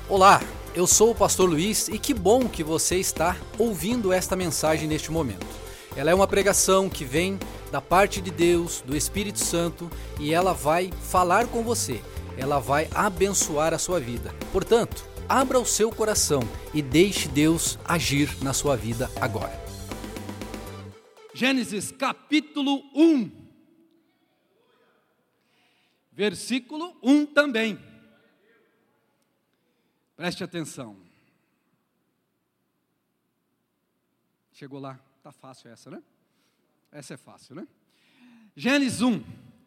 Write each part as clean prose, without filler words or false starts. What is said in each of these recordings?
Olá, eu sou o Pastor Luiz e que bom que você está ouvindo esta mensagem neste momento. Ela é uma pregação que vem da parte de Deus, do Espírito Santo, e ela vai falar com você, ela vai abençoar a sua vida. Portanto, abra o seu coração e deixe Deus agir na sua vida agora. Gênesis capítulo 1, versículo 1 também. Preste atenção. Chegou lá, tá fácil essa, né? Essa é fácil, né? Gênesis 1.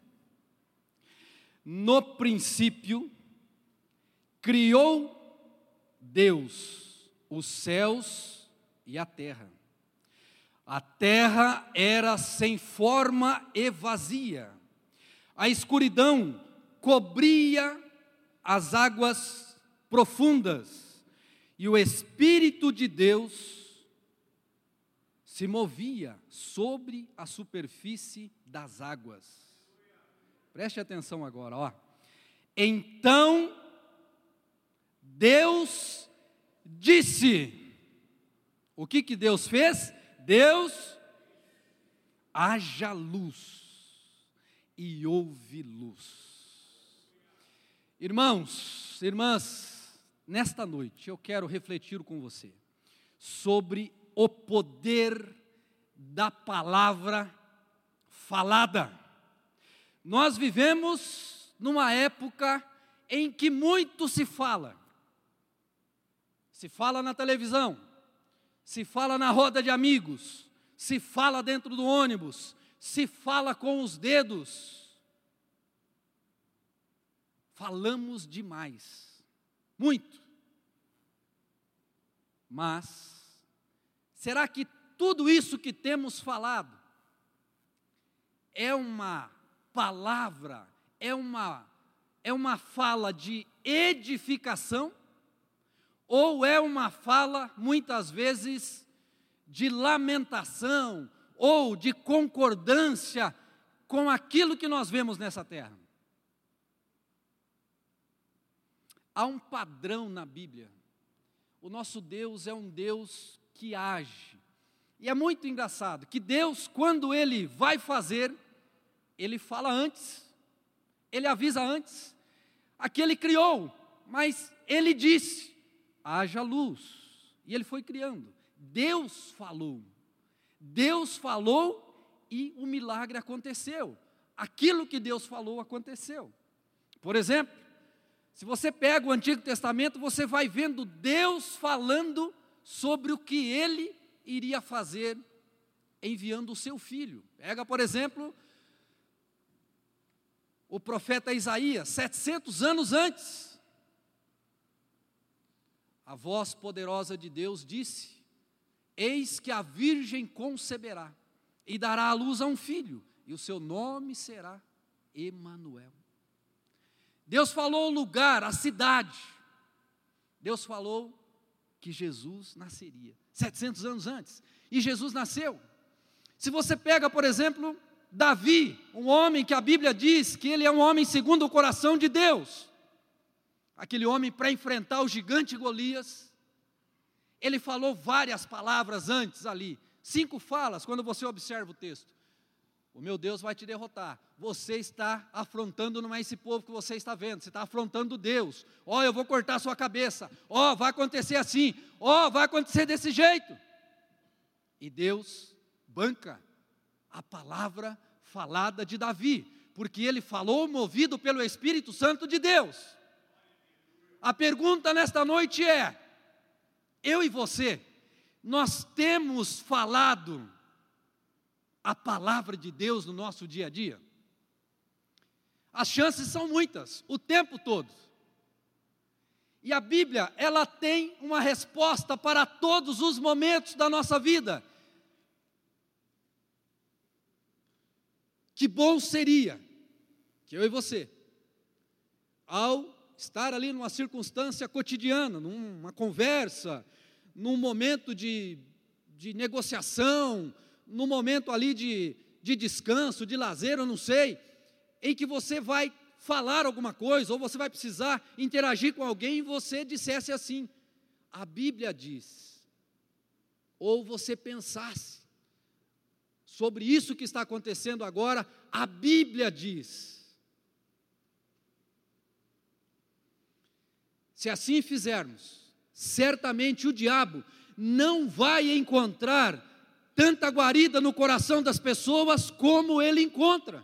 No princípio, criou Deus os céus e a terra. A terra era sem forma e vazia. A escuridão cobria as águas profundas, e o Espírito de Deus se movia sobre a superfície das águas. Preste atenção agora, ó. Então Deus disse. O que Deus fez? Deus, haja luz, e houve luz. Irmãos, irmãs, nesta noite eu quero refletir com você sobre o poder da palavra falada. Nós vivemos numa época em que muito se fala. Se fala na televisão, se fala na roda de amigos, se fala dentro do ônibus, se fala com os dedos. Falamos demais, muito. Mas, será que tudo isso que temos falado é uma palavra, é uma fala de edificação? Ou é uma fala, muitas vezes, de lamentação ou de concordância com aquilo que nós vemos nessa terra? Há um padrão na Bíblia. O nosso Deus é um Deus que age. E é muito engraçado que Deus, quando Ele vai fazer, Ele fala antes, Ele avisa antes. Aqui Ele criou, mas Ele disse, haja luz. E Ele foi criando. Deus falou e o milagre aconteceu. Aquilo que Deus falou aconteceu. Por exemplo, se você pega o Antigo Testamento, você vai vendo Deus falando sobre o que Ele iria fazer enviando o seu Filho. Pega, por exemplo, o profeta Isaías, 700 anos antes. A voz poderosa de Deus disse, eis que a virgem conceberá e dará à luz a um filho, e o seu nome será Emanuel. Deus falou o lugar, a cidade. Deus falou que Jesus nasceria, 700 anos antes. E Jesus nasceu. Se você pega, por exemplo, Davi, um homem que a Bíblia diz que ele é um homem segundo o coração de Deus. Aquele homem para enfrentar o gigante Golias. Ele falou várias palavras antes ali. 5 falas, quando você observa o texto. O meu Deus vai te derrotar. Você está afrontando, não é esse povo que você está vendo, você está afrontando Deus. Ó, eu vou cortar a sua cabeça. Ó, vai acontecer assim. Ó, vai acontecer desse jeito. E Deus banca a palavra falada de Davi, porque ele falou movido pelo Espírito Santo de Deus. A pergunta nesta noite é, eu e você, nós temos falado a palavra de Deus no nosso dia a dia? As chances são muitas, o tempo todo. E a Bíblia, ela tem uma resposta para todos os momentos da nossa vida. Que bom seria que eu e você, ao estar ali numa circunstância cotidiana, numa conversa, num momento de negociação, num momento ali de descanso, de lazer, eu não sei, em que você vai falar alguma coisa, ou você vai precisar interagir com alguém e você dissesse assim: a Bíblia diz, ou você pensasse sobre isso que está acontecendo agora, a Bíblia diz. Se assim fizermos, certamente o diabo não vai encontrar tanta guarida no coração das pessoas como ele encontra.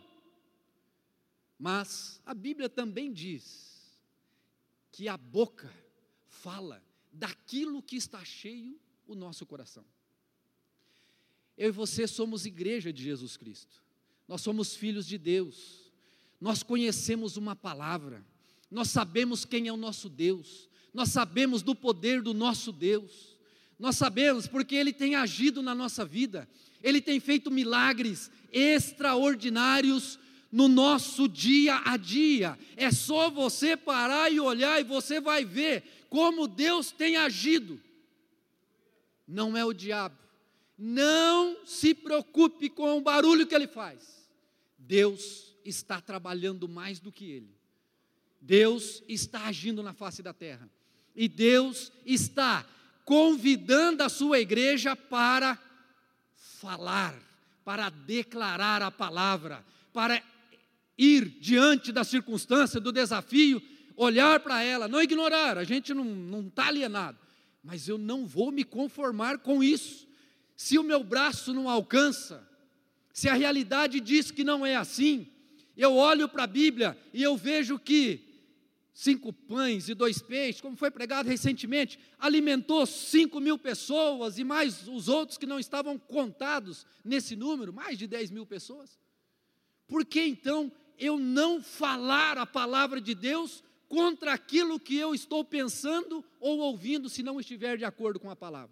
Mas a Bíblia também diz que a boca fala daquilo que está cheio o nosso coração. Eu e você somos igreja de Jesus Cristo. Nós somos filhos de Deus. Nós conhecemos uma palavra. Nós sabemos quem é o nosso Deus. Nós sabemos do poder do nosso Deus. Nós sabemos porque Ele tem agido na nossa vida. Ele tem feito milagres extraordinários no nosso dia a dia. É só você parar e olhar e você vai ver como Deus tem agido. Não é o diabo. Não se preocupe com o barulho que ele faz. Deus está trabalhando mais do que ele. Deus está agindo na face da terra. E Deus está convidando a sua igreja para falar, para declarar a palavra, para ir diante da circunstância, do desafio, olhar para ela, não ignorar. A gente não está alienado, mas eu não vou me conformar com isso. Se o meu braço não alcança, se a realidade diz que não é assim, eu olho para a Bíblia e eu vejo que 5 pães e 2 peixes, como foi pregado recentemente, alimentou 5.000 pessoas e mais os outros que não estavam contados nesse número, mais de 10.000 pessoas. Por que então eu não falar a palavra de Deus contra aquilo que eu estou pensando ou ouvindo, se não estiver de acordo com a palavra?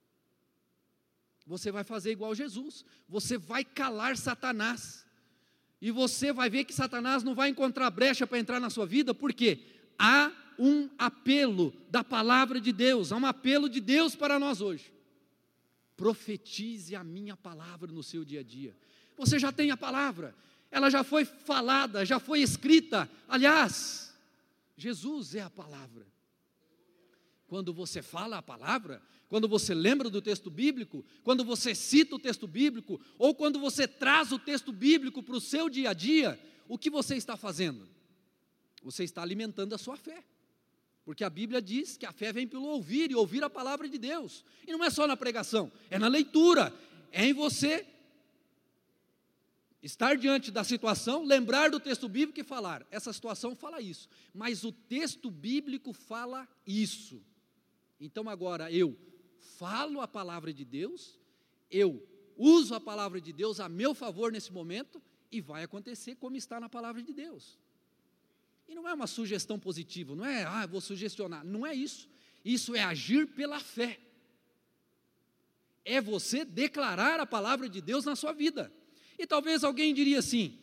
Você vai fazer igual Jesus, você vai calar Satanás, e você vai ver que Satanás não vai encontrar brecha para entrar na sua vida, porque há um apelo da palavra de Deus, há um apelo de Deus para nós hoje. Profetize a minha palavra no seu dia a dia. Você já tem a palavra, ela já foi falada, já foi escrita. Aliás, Jesus é a palavra. Quando você fala a palavra, quando você lembra do texto bíblico, quando você cita o texto bíblico, ou quando você traz o texto bíblico para o seu dia a dia, o que você está fazendo? Você está alimentando a sua fé, porque a Bíblia diz que a fé vem pelo ouvir, e ouvir a palavra de Deus, e não é só na pregação, é na leitura, é em você estar diante da situação, lembrar do texto bíblico e falar, essa situação fala isso, mas o texto bíblico fala isso. Então agora eu falo a palavra de Deus, eu uso a palavra de Deus a meu favor nesse momento, e vai acontecer como está na palavra de Deus. E não é uma sugestão positiva, não é, vou sugestionar, não é isso. Isso é agir pela fé. É você declarar a palavra de Deus na sua vida. E talvez alguém diria assim,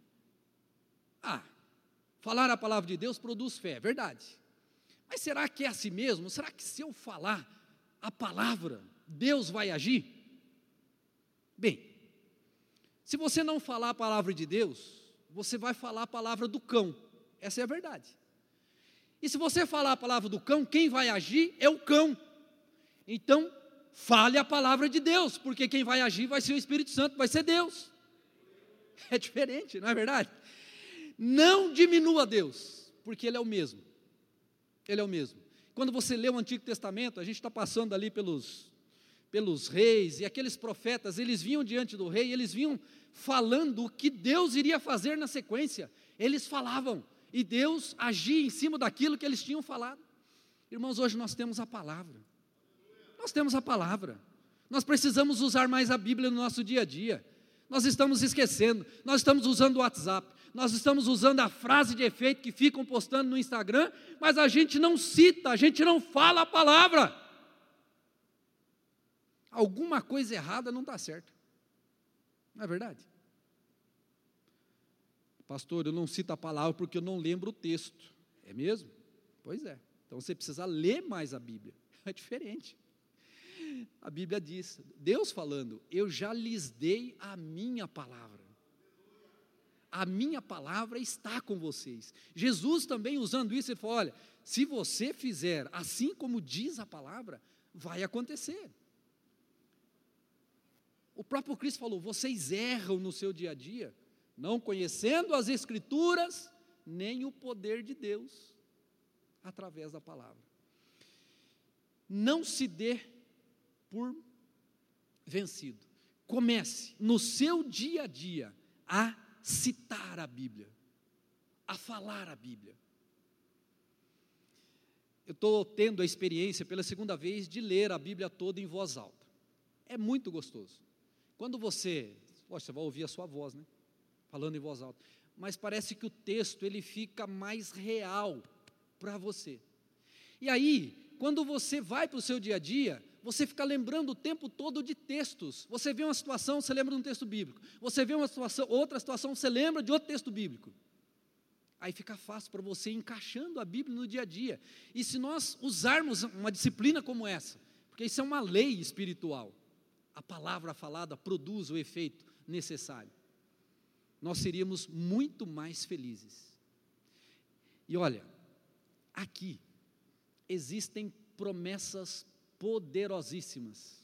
falar a palavra de Deus produz fé, é verdade. Mas será que é assim mesmo? Será que se eu falar a palavra, Deus vai agir? Bem, se você não falar a palavra de Deus, você vai falar a palavra do cão. Essa é a verdade. E se você falar a palavra do cão, quem vai agir é o cão. Então, fale a palavra de Deus, porque quem vai agir vai ser o Espírito Santo, vai ser Deus. É diferente, não é verdade? Não diminua Deus, porque Ele é o mesmo. Ele é o mesmo. Quando você lê o Antigo Testamento, a gente está passando ali pelos reis, e aqueles profetas, eles vinham diante do rei, eles vinham falando o que Deus iria fazer na sequência. Eles falavam, e Deus agia em cima daquilo que eles tinham falado. Irmãos, hoje nós temos a palavra. Nós temos a palavra. Nós precisamos usar mais a Bíblia no nosso dia a dia. Nós estamos esquecendo, nós estamos usando o WhatsApp, nós estamos usando a frase de efeito que ficam postando no Instagram, mas a gente não cita, a gente não fala a palavra. Alguma coisa errada não está certa. Não é verdade? Pastor, eu não cito a palavra porque eu não lembro o texto. É mesmo? Pois é. Então você precisa ler mais a Bíblia. É diferente. A Bíblia diz, Deus falando, eu já lhes dei a minha palavra. a minha palavra está com vocês. Jesus também usando isso, ele falou, olha, se você fizer assim como diz a palavra, vai acontecer. O próprio Cristo falou, vocês erram no seu dia a dia, não conhecendo as Escrituras, nem o poder de Deus, através da palavra. Não se dê por vencido. Comece no seu dia a dia a citar a Bíblia, a falar a Bíblia. Eu estou tendo a experiência pela segunda vez de ler a Bíblia toda em voz alta. É muito gostoso. Quando você vai ouvir a sua voz, né? Falando em voz alta. Mas parece que o texto ele fica mais real para você. E aí, quando você vai para o seu dia a dia, você fica lembrando o tempo todo de textos. Você vê uma situação, você lembra de um texto bíblico. Você vê uma situação, outra situação, você lembra de outro texto bíblico. Aí fica fácil para você ir encaixando a Bíblia no dia a dia. E se nós usarmos uma disciplina como essa, porque isso é uma lei espiritual, a palavra falada produz o efeito necessário, nós seríamos muito mais felizes. E olha, aqui existem promessas poderosíssimas.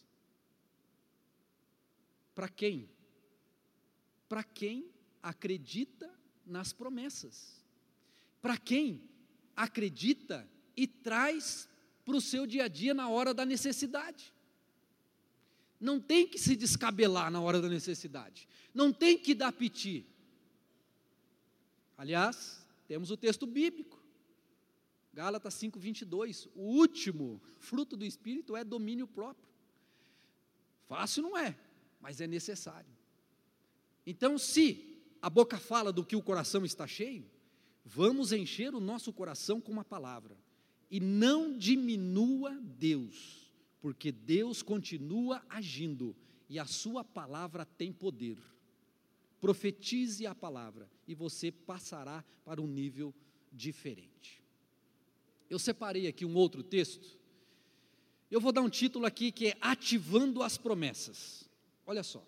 Para quem? Para quem acredita nas promessas. Para quem acredita e traz para o seu dia a dia na hora da necessidade. Não tem que se descabelar na hora da necessidade. Não tem que dar piti. Aliás, temos o texto bíblico. Gálatas 5:22, o último fruto do Espírito é domínio próprio. Fácil não é, mas é necessário. Então, se a boca fala do que o coração está cheio, vamos encher o nosso coração com uma palavra. E não diminua Deus, porque Deus continua agindo e a sua palavra tem poder. Profetize a palavra e você passará para um nível diferente. Eu separei aqui um outro texto, eu vou dar um título aqui que é Ativando as Promessas. Olha só,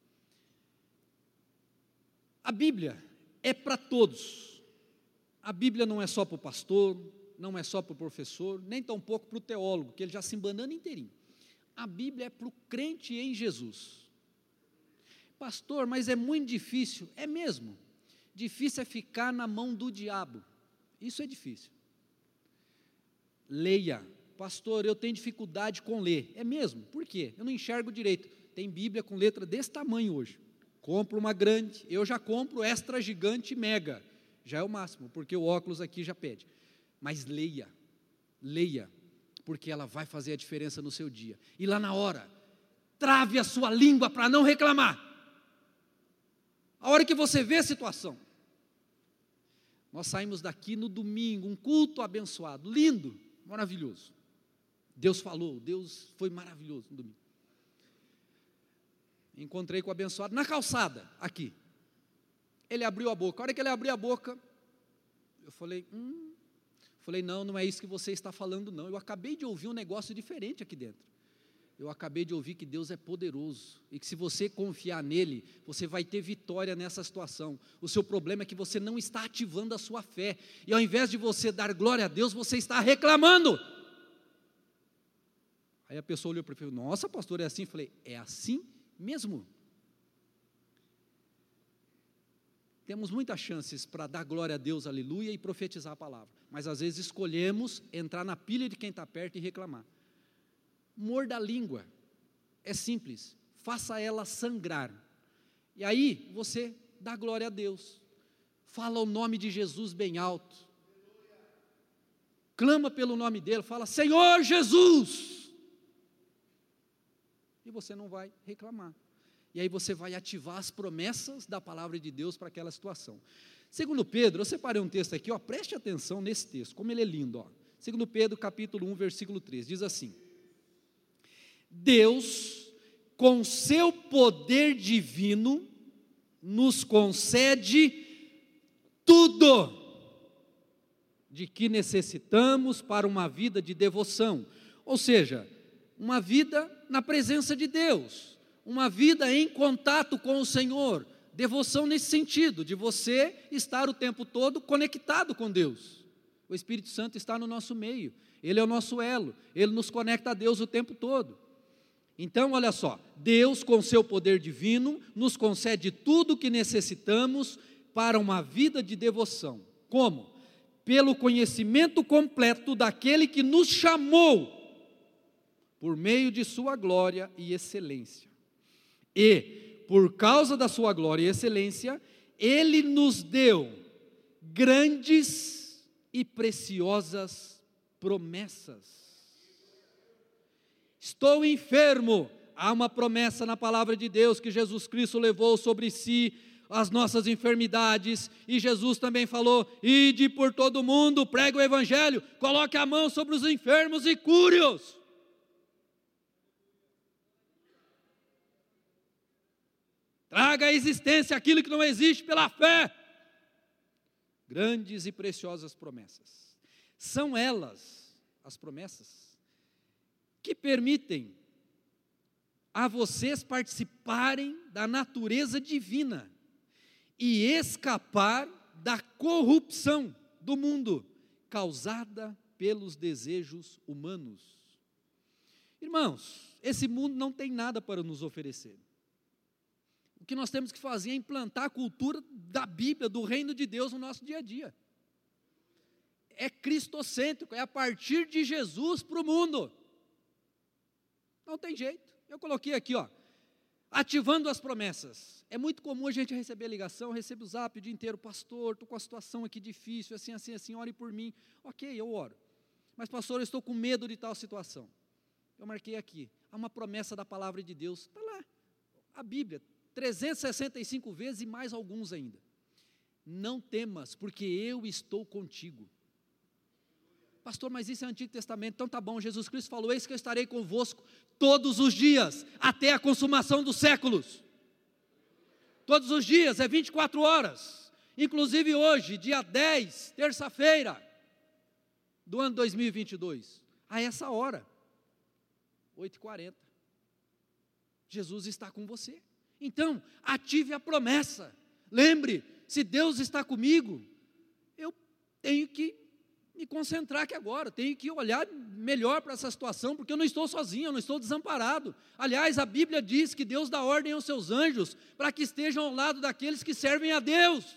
a Bíblia é para todos, a Bíblia não é só para o pastor, não é só para o professor, nem tampouco para o teólogo, que ele já se embanana inteirinho. A Bíblia é para o crente em Jesus. Pastor, mas é muito difícil, é mesmo, difícil é ficar na mão do diabo, isso é difícil. Leia. Pastor, eu tenho dificuldade com ler. É mesmo? Por quê? Eu não enxergo direito. Tem Bíblia com letra desse tamanho hoje. Compro uma grande, eu já compro extra gigante mega. Já é o máximo, porque o óculos aqui já pede. Mas leia, porque ela vai fazer a diferença no seu dia. E lá na hora, trave a sua língua para não reclamar. A hora que você vê a situação. Nós saímos daqui no domingo, um culto abençoado, lindo, maravilhoso. Deus falou, Deus foi maravilhoso no domingo. Encontrei com o abençoado na calçada, aqui. Ele abriu a boca. A hora que ele abriu a boca, eu falei, não é isso que você está falando, não. Eu acabei de ouvir um negócio diferente aqui dentro. Eu acabei de ouvir que Deus é poderoso e que se você confiar nele, você vai ter vitória nessa situação. O seu problema é que você não está ativando a sua fé. E ao invés de você dar glória a Deus, você está reclamando. Aí a pessoa olhou para mim e falou, nossa pastor, é assim? Eu falei, é assim mesmo. Temos muitas chances para dar glória a Deus, aleluia, e profetizar a palavra. Mas às vezes escolhemos entrar na pilha de quem está perto e reclamar. Morda a língua, é simples, faça ela sangrar, e aí você dá glória a Deus, fala o nome de Jesus bem alto, clama pelo nome dele, fala, Senhor Jesus, e você não vai reclamar, e aí você vai ativar as promessas da palavra de Deus para aquela situação. Segundo Pedro, eu separei um texto aqui, preste atenção nesse texto, como ele é lindo, Segundo Pedro capítulo 1, versículo 3, diz assim, Deus, com seu poder divino, nos concede tudo de que necessitamos para uma vida de devoção, ou seja, uma vida na presença de Deus, uma vida em contato com o Senhor. Devoção nesse sentido, de você estar o tempo todo conectado com Deus. O Espírito Santo está no nosso meio, Ele é o nosso elo, Ele nos conecta a Deus o tempo todo. Então, olha só, Deus, com seu poder divino, nos concede tudo o que necessitamos para uma vida de devoção. Como? Pelo conhecimento completo daquele que nos chamou, por meio de sua glória e excelência. E, por causa da sua glória e excelência, Ele nos deu grandes e preciosas promessas. Estou enfermo. Há uma promessa na palavra de Deus que Jesus Cristo levou sobre si as nossas enfermidades, e Jesus também falou: ide por todo o mundo, pregue o evangelho, coloque a mão sobre os enfermos e cure-os. Traga à existência aquilo que não existe pela fé. Grandes e preciosas promessas. São elas, as promessas, que permitem a vocês participarem da natureza divina e escapar da corrupção do mundo causada pelos desejos humanos. Irmãos, esse mundo não tem nada para nos oferecer. O que nós temos que fazer é implantar a cultura da Bíblia, do reino de Deus no nosso dia a dia. É cristocêntrico, é a partir de Jesus para o mundo. Não tem jeito. Eu coloquei aqui, ativando as promessas. É muito comum a gente receber ligação, recebe o zap o dia inteiro: pastor, estou com a situação aqui difícil, assim, ore por mim. Ok, eu oro. Mas pastor, eu estou com medo de tal situação. Eu marquei aqui, há uma promessa da palavra de Deus, está lá, a Bíblia, 365 vezes e mais alguns ainda. Não temas, porque eu estou contigo. Pastor, mas isso é Antigo Testamento. Então tá bom, Jesus Cristo falou: eis que eu estarei convosco todos os dias, até a consumação dos séculos. Todos os dias, é 24 horas. Inclusive hoje, dia 10, terça-feira do ano 2022, a essa hora, 8h40, Jesus está com você. Então, ative a promessa. Lembre, se Deus está comigo, eu tenho que me concentrar aqui agora, tenho que olhar melhor para essa situação, porque eu não estou sozinho, eu não estou desamparado. Aliás, a Bíblia diz que Deus dá ordem aos seus anjos para que estejam ao lado daqueles que servem a Deus.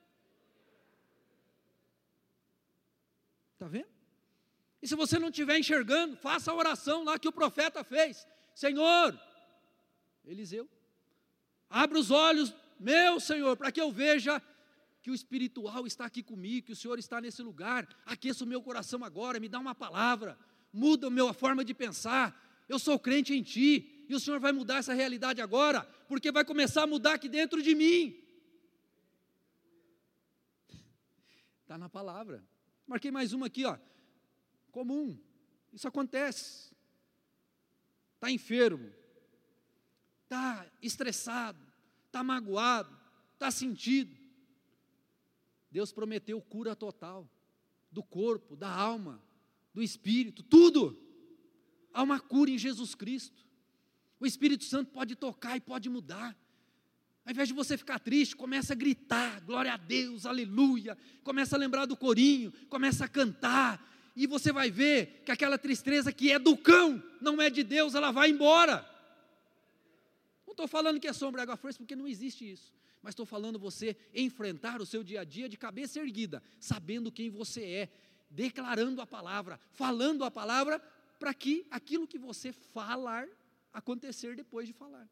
Está vendo? E se você não estiver enxergando, faça a oração lá que o profeta fez: Senhor, Eliseu, abre os olhos, meu Senhor, para que eu veja que o espiritual está aqui comigo, que o Senhor está nesse lugar. Aqueça o meu coração agora, me dá uma palavra, muda a minha forma de pensar. Eu sou crente em Ti, e o Senhor vai mudar essa realidade agora, porque vai começar a mudar aqui dentro de mim. Está na palavra. Marquei mais uma aqui, comum, isso acontece. Está enfermo, está estressado, está magoado, está sentido. Deus prometeu cura total, do corpo, da alma, do espírito, tudo. Há uma cura em Jesus Cristo. O Espírito Santo pode tocar e pode mudar. Ao invés de você ficar triste, começa a gritar: glória a Deus, aleluia. Começa a lembrar do corinho, começa a cantar. E você vai ver que aquela tristeza que é do cão, não é de Deus, ela vai embora. Não estou falando que é sombra e água fresca, porque não existe isso. Mas estou falando você enfrentar o seu dia a dia de cabeça erguida, sabendo quem você é, declarando a palavra, falando a palavra, para que aquilo que você falar, acontecer depois de falar.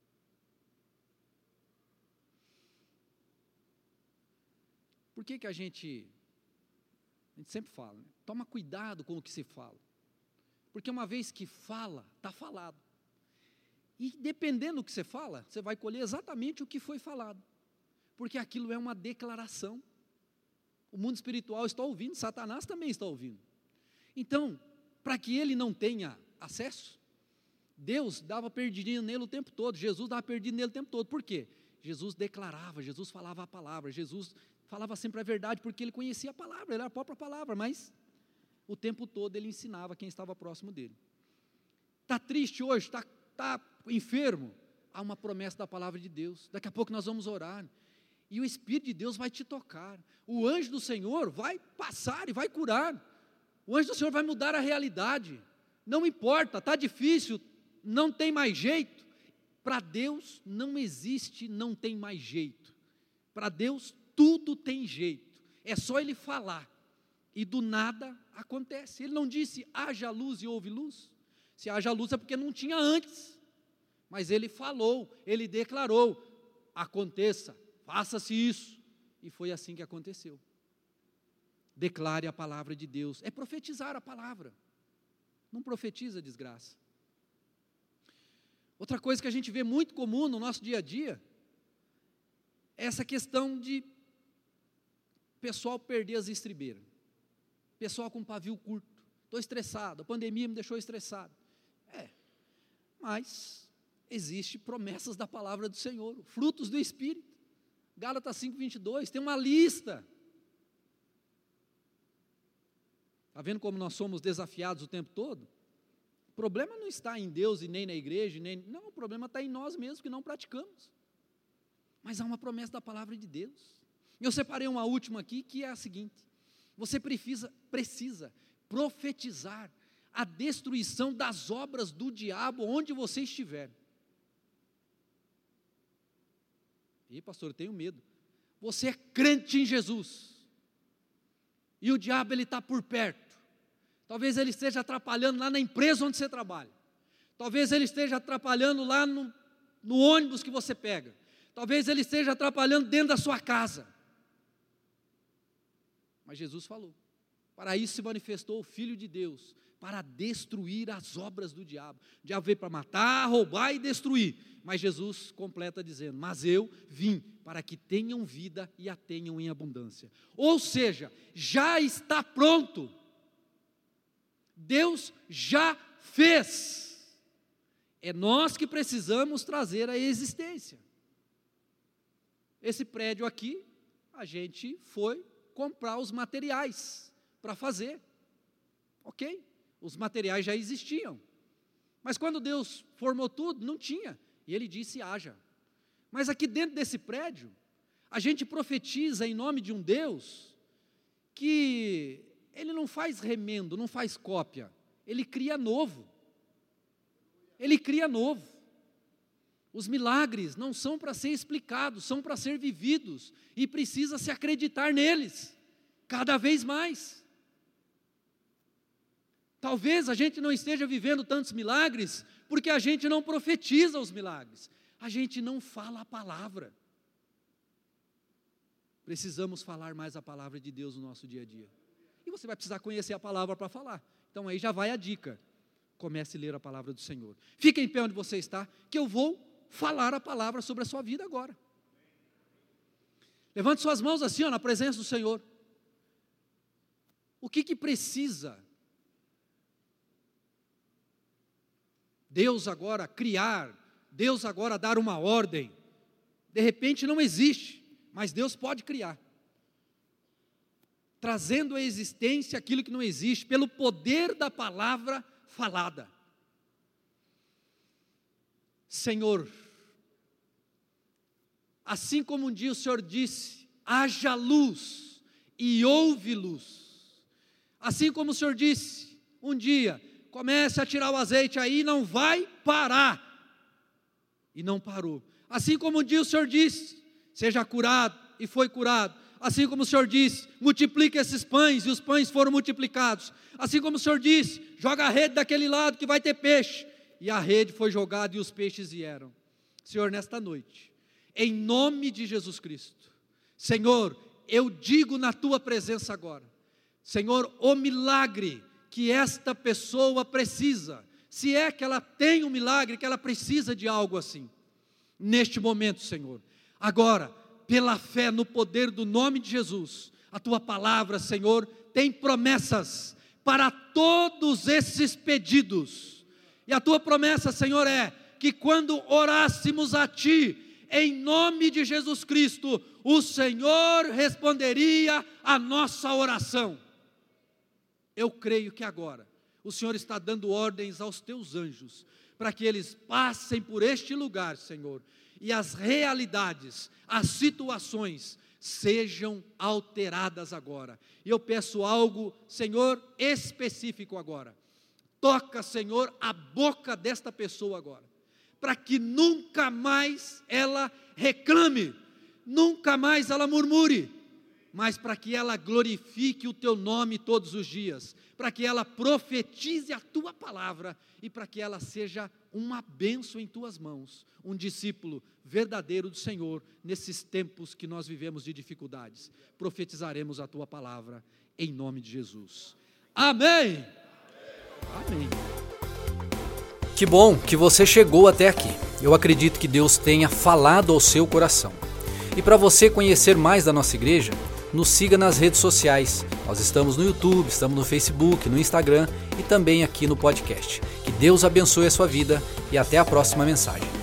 Por que a gente sempre fala, né? Toma cuidado com o que se fala, porque uma vez que fala, está falado. E dependendo do que você fala, você vai colher exatamente o que foi falado, porque aquilo é uma declaração. O mundo espiritual está ouvindo, Satanás também está ouvindo. Então, para que ele não tenha acesso, Deus dava perdidinho nele o tempo todo, Jesus dava perdido nele o tempo todo. Por quê? Jesus declarava, Jesus falava a palavra, Jesus falava sempre a verdade, porque ele conhecia a palavra, ele era a própria palavra, mas o tempo todo ele ensinava quem estava próximo dele. Está triste hoje, está enfermo, há uma promessa da palavra de Deus. Daqui a pouco nós vamos orar. E o Espírito de Deus vai te tocar. O anjo do Senhor vai passar e vai curar. O anjo do Senhor vai mudar a realidade. Não importa, está difícil, não tem mais jeito. Para Deus não existe, não tem mais jeito. Para Deus tudo tem jeito. É só Ele falar. E do nada acontece. Ele não disse, haja luz e houve luz. Se haja luz é porque não tinha antes. Mas Ele falou, Ele declarou, aconteça. Faça-se isso. E foi assim que aconteceu. Declare a palavra de Deus. É profetizar a palavra. Não profetiza desgraça. Outra coisa que a gente vê muito comum no nosso dia a dia, é essa questão de pessoal perder as estribeiras. Pessoal com pavio curto. Estou estressado, a pandemia me deixou estressado. Mas existem promessas da palavra do Senhor, frutos do Espírito. Gálatas 5:22, tem uma lista. Está vendo como nós somos desafiados o tempo todo? O problema não está em Deus e nem na igreja, não, o problema está em nós mesmos que não praticamos. Mas há uma promessa da palavra de Deus. Eu separei uma última aqui, que é a seguinte: você precisa profetizar a destruição das obras do diabo onde você estiver. E pastor, eu tenho medo. Você é crente em Jesus, e o diabo ele está por perto. Talvez ele esteja atrapalhando lá na empresa onde você trabalha. Talvez ele esteja atrapalhando lá no ônibus que você pega. Talvez ele esteja atrapalhando dentro da sua casa. Mas Jesus falou, para isso se manifestou o Filho de Deus, para destruir as obras do diabo. O diabo veio para matar, roubar e destruir. Mas Jesus completa dizendo, mas eu vim para que tenham vida e a tenham em abundância. Ou seja, já está pronto. Deus já fez. É nós que precisamos trazer a existência. Esse prédio aqui, a gente foi comprar os materiais para fazer. Ok? Os materiais já existiam. Mas quando Deus formou tudo, não tinha. E Ele disse, haja. Mas aqui dentro desse prédio, a gente profetiza em nome de um Deus que Ele não faz remendo, não faz cópia. Ele cria novo. Ele cria novo. Os milagres não são para ser explicados, são para ser vividos. E precisa se acreditar neles, cada vez mais. Talvez a gente não esteja vivendo tantos milagres, porque a gente não profetiza os milagres. A gente não fala a palavra. Precisamos falar mais a palavra de Deus no nosso dia a dia. E você vai precisar conhecer a palavra para falar. Então aí já vai a dica. Comece a ler a palavra do Senhor. Fique em pé onde você está, que eu vou falar a palavra sobre a sua vida agora. Levante suas mãos assim, na presença do Senhor. O que precisa Deus agora criar, Deus agora dar uma ordem? De repente não existe, mas Deus pode criar, trazendo à existência aquilo que não existe, pelo poder da palavra falada. Senhor, assim como um dia o Senhor disse, haja luz, e houve luz. Assim como o Senhor disse, um dia, comece a tirar o azeite aí, não vai parar. E não parou. Assim como um dia o Senhor disse, seja curado, e foi curado. Assim como o Senhor disse, multiplique esses pães, e os pães foram multiplicados. Assim como o Senhor disse, joga a rede daquele lado que vai ter peixe. E a rede foi jogada e os peixes vieram. Senhor, nesta noite, em nome de Jesus Cristo, Senhor, eu digo na Tua presença agora, Senhor, o milagre que esta pessoa precisa, se é que ela tem um milagre, que ela precisa de algo assim, neste momento, Senhor, agora, pela fé no poder do nome de Jesus, a Tua palavra, Senhor, tem promessas para todos esses pedidos, e a Tua promessa, Senhor, é que quando orássemos a Ti, em nome de Jesus Cristo, o Senhor responderia a nossa oração. Eu creio que agora, o Senhor está dando ordens aos Teus anjos, para que eles passem por este lugar, Senhor, e as realidades, as situações sejam alteradas agora. E eu peço algo, Senhor, específico agora. Toca, Senhor, a boca desta pessoa agora, para que nunca mais ela reclame, nunca mais ela murmure, mas para que ela glorifique o Teu nome todos os dias, para que ela profetize a Tua palavra e para que ela seja uma bênção em Tuas mãos, um discípulo verdadeiro do Senhor, nesses tempos que nós vivemos de dificuldades. Profetizaremos a Tua palavra, em nome de Jesus. Amém! Amém. Que bom que você chegou até aqui. Eu acredito que Deus tenha falado ao seu coração. E para você conhecer mais da nossa igreja, nos siga nas redes sociais. Nós estamos no YouTube, estamos no Facebook, no Instagram e também aqui no podcast. Que Deus abençoe a sua vida e até a próxima mensagem.